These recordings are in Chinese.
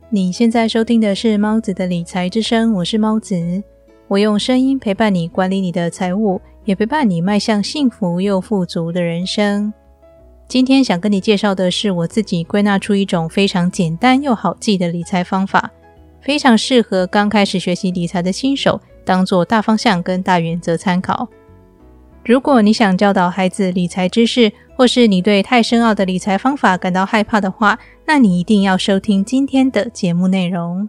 你现在收听的是猫子的理财之声，我是猫子，我用声音陪伴你管理你的财务，也陪伴你迈向幸福又富足的人生。今天想跟你介绍的是我自己归纳出一种非常简单又好记的理财方法，非常适合刚开始学习理财的新手当作大方向跟大原则参考。如果你想教导孩子理财知识，或是你对太深奥的理财方法感到害怕的话，那你一定要收听今天的节目内容。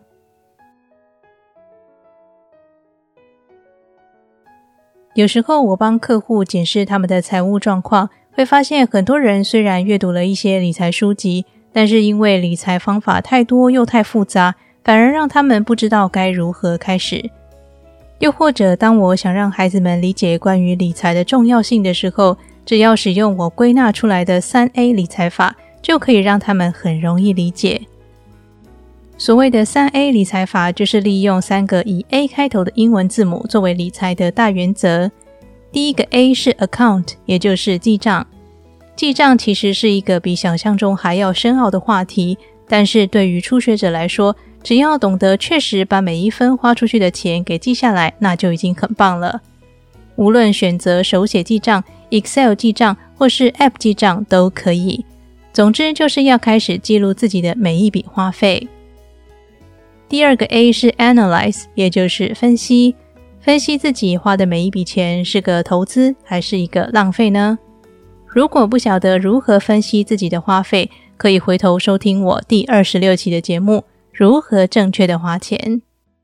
有时候我帮客户检视他们的财务状况，会发现很多人虽然阅读了一些理财书籍，但是因为理财方法太多又太复杂，反而让他们不知道该如何开始。又或者当我想让孩子们理解关于理财的重要性的时候，只要使用我归纳出来的 3A 理财法，就可以让他们很容易理解。所谓的 3A 理财法，就是利用3个以 A 开头的英文字母作为理财的大原则。第一个 A 是 Account， 也就是记账。记账其实是一个比想象中还要深奥的话题，但是对于初学者来说，只要懂得确实把每一分花出去的钱给记下来，那就已经很棒了。无论选择手写记账、Excel 记账或是 App 记账都可以。总之就是要开始记录自己的每一笔花费。第二个 A 是 Analyze， 也就是分析。分析自己花的每一笔钱是个投资还是一个浪费呢？如果不晓得如何分析自己的花费，可以回头收听我第26期的节目，如何正确的花钱。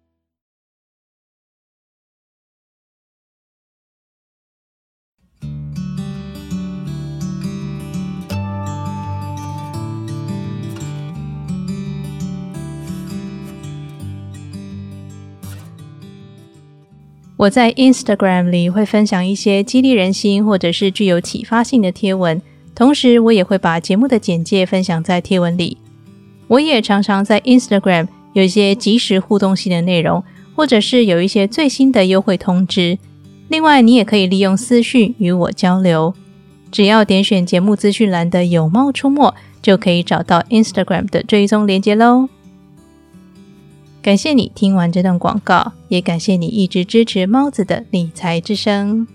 我在 Instagram 里会分享一些激励人心或者是具有启发性的贴文，同时我也会把节目的简介分享在贴文里。我也常常在 Instagram 有一些即时互动性的内容，或者是有一些最新的优惠通知。另外你也可以利用私讯与我交流，只要点选节目资讯栏的有猫出没，就可以找到 Instagram 的追踪连结咯。感谢你听完这段广告，也感谢你一直支持猫子的理财之声。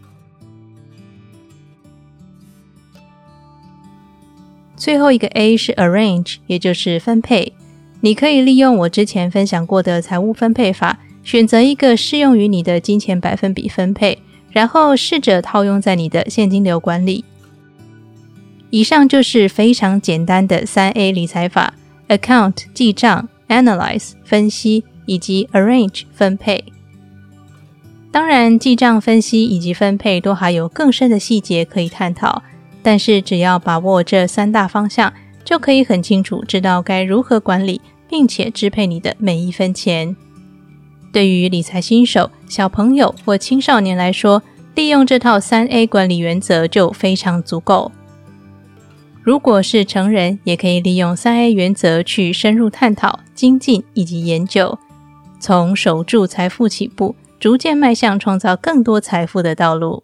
最后一个 A 是 Arrange， 也就是分配。你可以利用我之前分享过的财务分配法，选择一个适用于你的金钱百分比分配，然后试着套用在你的现金流管理。以上就是非常简单的 3A 理财法， Account 记账，Analyze 分析，以及 Arrange 分配。当然记账、分析以及分配都还有更深的细节可以探讨，但是只要把握这3大方向，就可以很清楚知道该如何管理，并且支配你的每一分钱。对于理财新手、小朋友或青少年来说，利用这套 3A 管理原则就非常足够。如果是成人，也可以利用 3A 原则去深入探讨、精进以及研究，从守住财富起步，逐渐迈向创造更多财富的道路。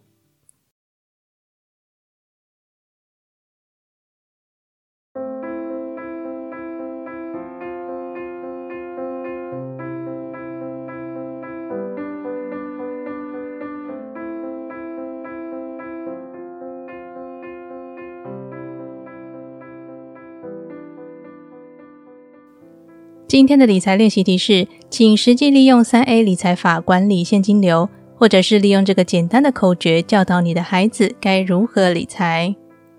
今天的理财练习题是，请实际利用 3A 理财法管理现金流，或者是利用这个简单的口诀教导你的孩子该如何理财。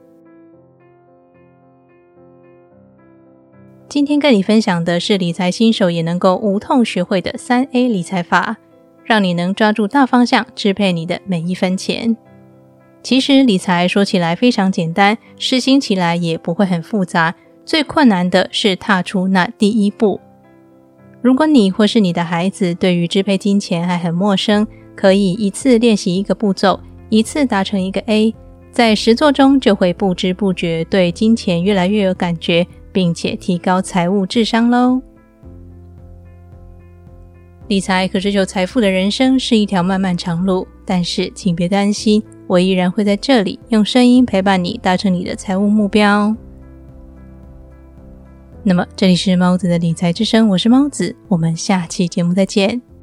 今天跟你分享的是理财新手也能够无痛学会的 3A 理财法，让你能抓住大方向，支配你的每一分钱。其实理财说起来非常简单，实行起来也不会很复杂，最困难的是踏出那第一步。如果你或是你的孩子对于支配金钱还很陌生，可以一次练习一个步骤，一次达成一个 A， 在实作中就会不知不觉对金钱越来越有感觉，并且提高财务智商咯。理财和追求财富的人生是一条漫漫长路，但是请别担心，我依然会在这里用声音陪伴你达成你的财务目标。 那么这里是猫子的理财之声，我是猫子，我们下期节目再见。